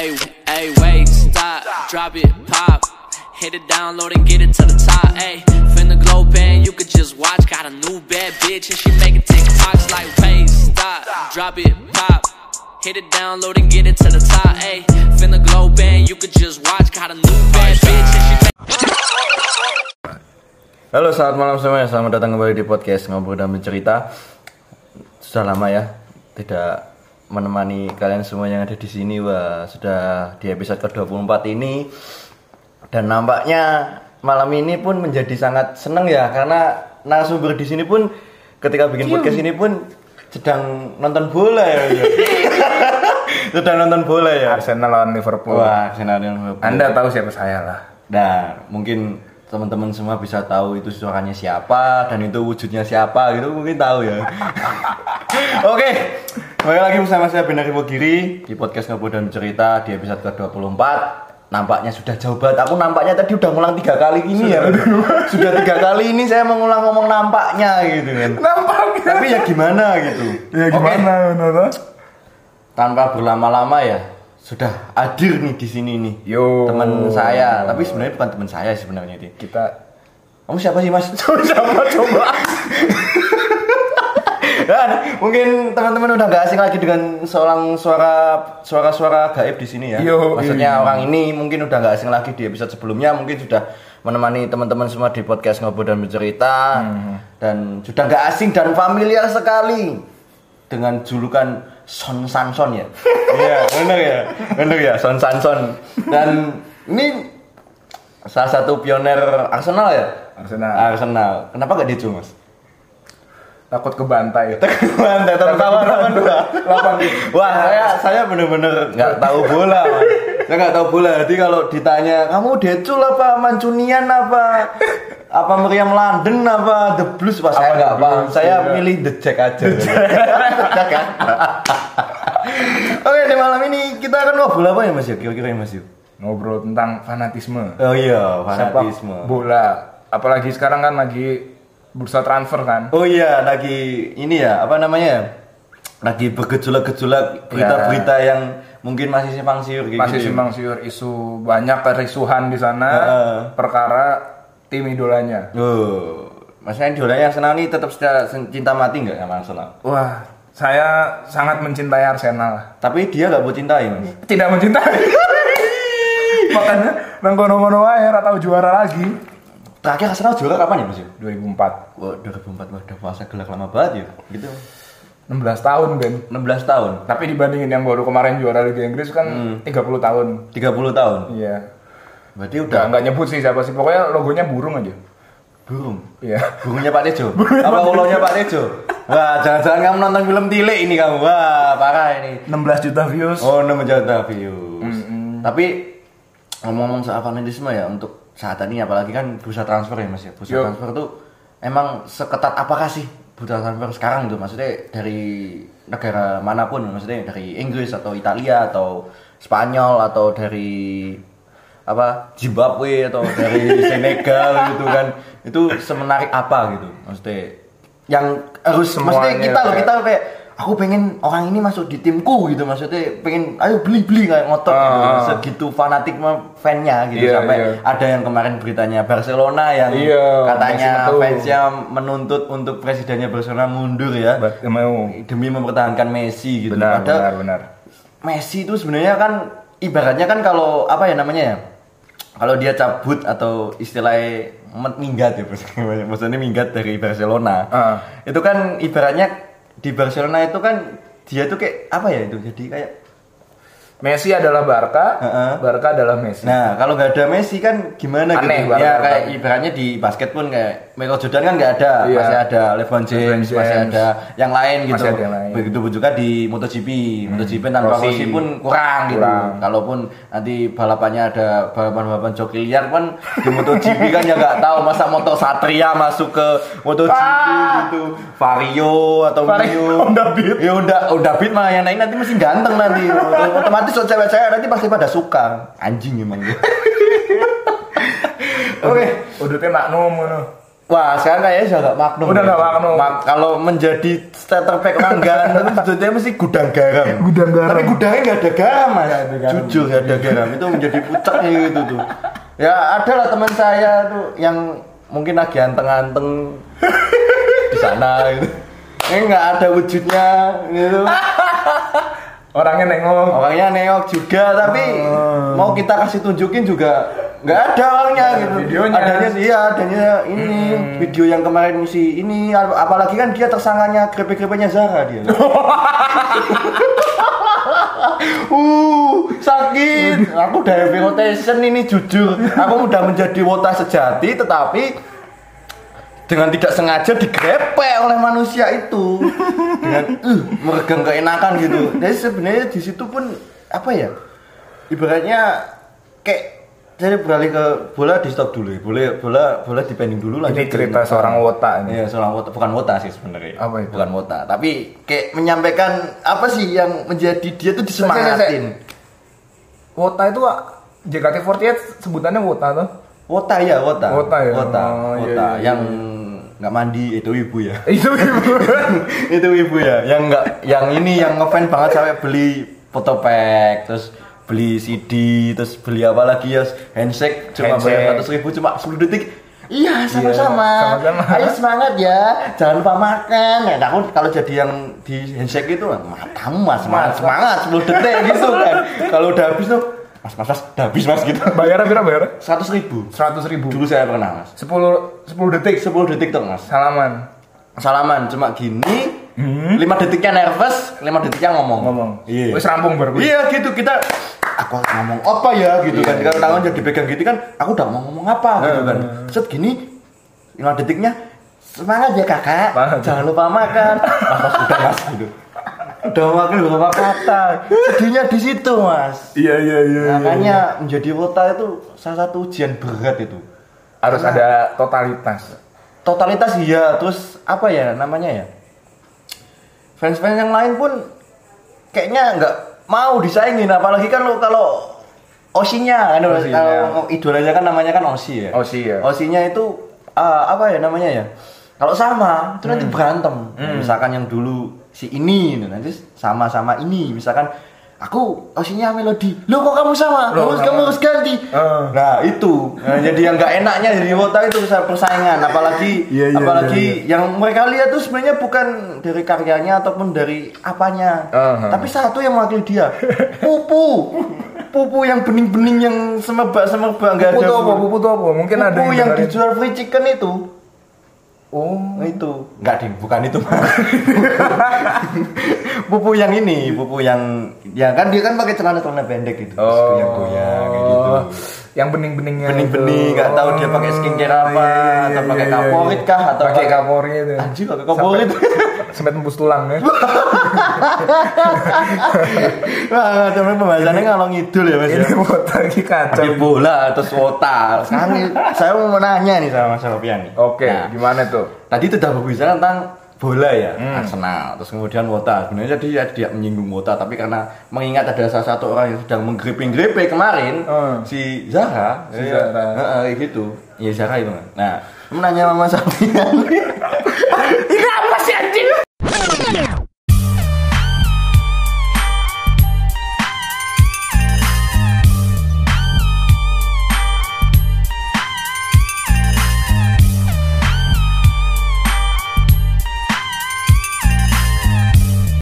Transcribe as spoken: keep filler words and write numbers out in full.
Hey, hey, wait, stop, drop it, pop. Hit it, download and get it to the top. Hey, finna glow band, you could just watch. Got a new bad bitch and she making TikToks like, wait, stop, drop it, pop. Hit it, download and get it to the top. Hey, finna glow band, you could just watch. Got a new bad bitch and she making... Halo, selamat malam semuanya. Selamat datang kembali di podcast Ngobrol dan Bercerita. Sudah lama ya tidak menemani kalian semua yang ada di sini. Wah, sudah di episode ke dua puluh empat ini. Dan nampaknya malam ini pun menjadi sangat seneng ya, karena narasumber di sini pun ketika bikin podcast ini pun sedang nonton bola ya. sedang nonton bola ya. Arsenal lawan Liverpool. Wah, Arsenal lawan Liverpool. Anda tahu siapa saya lah. Dan mungkin teman-teman semua bisa tahu itu suaranya siapa dan itu wujudnya siapa gitu, mungkin tahu ya. Oke, kembali lagi bersama saya Benar Ibogiri di podcast Ngobrol dan Cerita di episode ke dua puluh empat. Nampaknya sudah jauh banget. Aku nampaknya tadi udah ngulang tiga kali ini ya. Sudah tiga kali ini saya mengulang ngomong nampaknya gitu kan. Nampaknya. Tapi ya gimana gitu. Ya gimana, okay. Tanpa berlama-lama ya, sudah hadir nih di sini nih. Yo. Teman saya, tapi sebenarnya bukan teman saya sebenarnya ini. Kita. Kamu siapa sih, Mas? Siapa coba? Dan mungkin teman-teman udah gak asing lagi dengan seorang suara suara-suara gaib di sini ya. Yo, Maksudnya iyo. orang ini mungkin udah gak asing lagi di episode sebelumnya, mungkin sudah menemani teman-teman semua di podcast Ngobrol dan Bercerita, hmm. dan sudah gak asing dan familiar sekali dengan julukan Son Sanson ya. Iya, benar ya. Benar ya, Son Sanson. Dan ini salah satu pioner Arsenal ya? Arsenal. Arsenal. Kenapa gak dicu, Mas? Takut kebantai. Takut kebantai, tertawa delapan dua. Wah, saya saya benar-benar nggak tahu bola, Mas. Saya nggak tahu bola. Jadi kalau ditanya, kamu Decul apa, Mancunian apa, apa Meriam London apa, The Blues, Pak, saya nggak paham. Saya ya. Milih The Jack aja. The Jack. Kan? Oke, di malam ini kita akan ngobrol apa ya, Mas? Kira-kira ya, Mas? Ngobrol tentang fanatisme. Oh iya, fanatisme. Sepak bola. Apalagi sekarang kan lagi bursa transfer kan. Oh iya, lagi ini ya, apa namanya? Lagi bergejolak-gejolak berita-berita ya. Yang mungkin masih simpang siur gitu. Masih simpang siur, isu banyak kerisuhan di sana, uh, perkara tim idolanya. Oh, maksudnya idolanya Arsenal ini tetap cinta mati enggak sama Arsenal? Wah, saya sangat mencintai Arsenal. Tapi dia enggak mau cintai, Mas. Tidak mencintai. Makanya nang kono-kono wae ora tau juara lagi. Terakhir Arsenal juara kapan ya, Mas? dua ribu empat. Wah, dua ribu empat udah puasa gelar lama banget ya. Gitu. enam belas tahun, Ben. enam belas tahun. Tapi dibandingin yang baru kemarin juara Liga Inggris kan hmm. tiga puluh tahun. tiga puluh tahun. Iya. Berarti udah enggak nyebut sih siapa sih. Pokoknya logonya burung aja. Burung. Iya. Burungnya Pak Tejo. Apa ulangnya Pak Tejo? Wah, jangan-jangan kamu nonton film Tilik ini kamu. Wah, parah ini. enam belas juta views. Oh, enam juta views. Mm-hmm. Tapi ngomong-ngomong soal fanatisme ya, untuk saat ini apalagi kan bursa transfer ya, Mas ya. Bursa Yo. transfer tuh emang seketat apakah sih bursa transfer sekarang itu? Maksudnya dari negara manapun, maksudnya dari Inggris atau Italia atau Spanyol atau dari apa Zimbabwe atau dari Senegal gitu kan. Itu semenarik apa gitu? Maksudnya yang harus semuanya, maksudnya kita loh, kita kayak aku pengen orang ini masuk di timku gitu, maksudnya pengen ayo beli-beli kayak ngotot uh, gitu. Segitu fanatik fans-nya gitu, yeah, sampai yeah. ada yang kemarin beritanya Barcelona yang yeah, katanya fansnya menuntut untuk presidennya Barcelona mundur ya. But, demi mempertahankan Messi gitu. Benar, Padahal benar, benar. Messi itu sebenarnya kan ibaratnya kan kalau apa ya namanya ya? Kalau dia cabut atau istilahnya minggat ya, maksudnya minggat dari Barcelona. Uh. Itu kan ibaratnya di Barcelona itu kan dia tuh kayak apa ya itu, jadi kayak Messi adalah Barca, uh-uh. Barca adalah Messi. Nah, kalau nggak ada Messi kan gimana aneh, gitu? Ya kayak ibaratnya di basket pun kayak Michael Jordan kan nggak ada, iya. masih ada LeBron James, James, masih ada yang lain gitu. Ada yang lain. Begitu pun juga di MotoGP, hmm. MotoGP tanpa Rossi. Rossi pun kurang gitu. Kurang. Kalaupun nanti balapannya ada balapan-balapan joki liar kan di MotoGP kan ya nggak tahu, masa Moto Satria masuk ke MotoGP ah. gitu. Vario atau Vario. Udah beat. Ya udah udah beat mah yang lain nanti mesti ganteng nanti. Otomatis so cewek-cewek nanti pasti pada suka. Anjing emang gitu. Oke, udutnya maknum ngono. Wah, sekarang kayaknya sudah nggak magnum. Udah ya. nggak magnum. Ma- kalau menjadi starter pack manggaan itu sebetulnya mesti gudang garam. Gudang garam. Tapi gudangnya nggak ada garam, Mas. Nggak ada garam. Jujur nggak ada garam. Itu menjadi pucak gitu tuh. Ya ada lah teman saya tuh yang mungkin lagi anteng-anteng di sana gitu. Ini nggak ada wujudnya gitu. Orangnya nengok. Orangnya neok juga, tapi Oh. mau kita kasih tunjukin juga nggak ada orangnya gitu. videonya. Adanya iya, adanya ini video yang kemarin si ini, ap- apalagi kan dia tersangkanya grepe-grepenya Zara dia. uh, sakit. Aku udah heavy rotation ini jujur. Aku udah menjadi wota sejati, tetapi dengan tidak sengaja digrepek oleh manusia itu dengan uh, meregang keenakan gitu. Jadi sebenarnya di situ pun apa ya? Ibaratnya kayak saya beralih ke bola di stop dulu ya. Boleh bola bola dipending dulu lah. Ini cerita seorang wota ini. Iya, seorang wota, bukan wota sih sebenarnya. Apa itu? Bukan wota, tapi kayak menyampaikan apa sih yang menjadi dia tuh disemangatin. Wota itu J K T empat delapan sebutannya wota tuh. Wota ya, wota. Wota ya? Wota, Oh, iya, wota. iya, Yang nggak mandi itu ibu ya. Itu ibu. Itu ibu ya, yang enggak, yang ini yang ngefans banget sampai beli foto pack, terus beli C D, terus beli apa lagi ya, handshake cuma Handshake. bayar seratus ribu cuma sepuluh detik. Iya Iya, sama-sama. sama-sama. Ayo semangat ya, jangan lupa makan. Nah, aku kalau jadi yang di handshake itu, matamu mas, semangat semangat sepuluh detik gitu kan. Kalau udah habis tuh, mas mas mas, udah habis mas gitu. Bayar berapa bayar? Seratus ribu. Seratus ribu. Dulu saya pernah mas. Sepuluh sepuluh detik. Sepuluh detik tuh mas. Salaman. Salaman cuma gini, lima detiknya nervous, lima detiknya ngomong. Ngomong. Iya. Wis rampung baru. Iya gitu kita. Aku ngomong apa ya gitu kan. Kalau tangan jadi pegang gitu kan, aku udah mau ngomong apa gitu kan. Set gini, lima detiknya semangat ya kakak. Semangat. Jangan lupa makan. Mas, mas udah mas gitu. Udah makan beberapa kata. Sedihnya di situ mas. Iya iya iya. Makanya menjadi wota itu salah satu ujian berat itu. Harus ada totalitas. Totalitas iya, terus apa ya namanya ya, fans-fans yang lain pun kayaknya nggak mau disaingin, apalagi kan lo kalau Osinya kan, Osinya. kalau idolanya kan namanya kan Osi ya. Osi ya. Osinya itu uh, apa ya namanya ya, kalau sama itu nanti berantem. Misalkan yang dulu si ini nanti sama-sama ini, misalkan aku Osinya Melody, lo kok kamu sama, Loh, kamu, sama. kamu harus ganti. Uh. Nah itu, nah, jadi yang nggak enaknya jadi wota itu persaingan, apalagi Iya, iya, apalagi yang mereka lihat tuh sebenarnya bukan dari karyanya ataupun dari apanya, Uh-huh. tapi satu yang mewakili dia, pupu, pupu yang bening-bening yang semerbak-semerbak nggak Pupu ada. tuh apa? Pupu tuh apa? Mungkin Pupu ada yang yang dengerin. dijual free chicken itu. Oh. Nah, itu enggak ding, bukan itu. Pupu yang ini, pupu yang ya kan dia kan pakai celana-celana pendek gitu. Terus Oh. goyang-goyang kayak gitu. Yang bening-beningnya. Bening-bening itu. enggak tahu dia pakai skincare apa, Iya, iya, atau iya, pakai iya, kaporit iya. kah atau pakai kaporit itu. Anjir pakai kaporit. Sampai tembus tulang ya. Wah, teman pembahasannya ngalor ngidul ya Mas ya. Ini wota lagi kacau. Di bola terus wota. Sekarang nih, saya mau nanya nih sama Mas Sofian nih. Oke, Nah, gimana tuh? tadi itu udah berbicara tentang bola ya, Hmm. Arsenal, terus kemudian Wota. Sebenarnya dia tidak menyinggung Wota, tapi karena mengingat ada salah satu orang yang sedang menggreping-grepe kemarin, Hmm. si Zara, Si ya, Zara. heeh, gitu, ya Zara itu kan. Nah, menanya sama Mas Sofian. Ini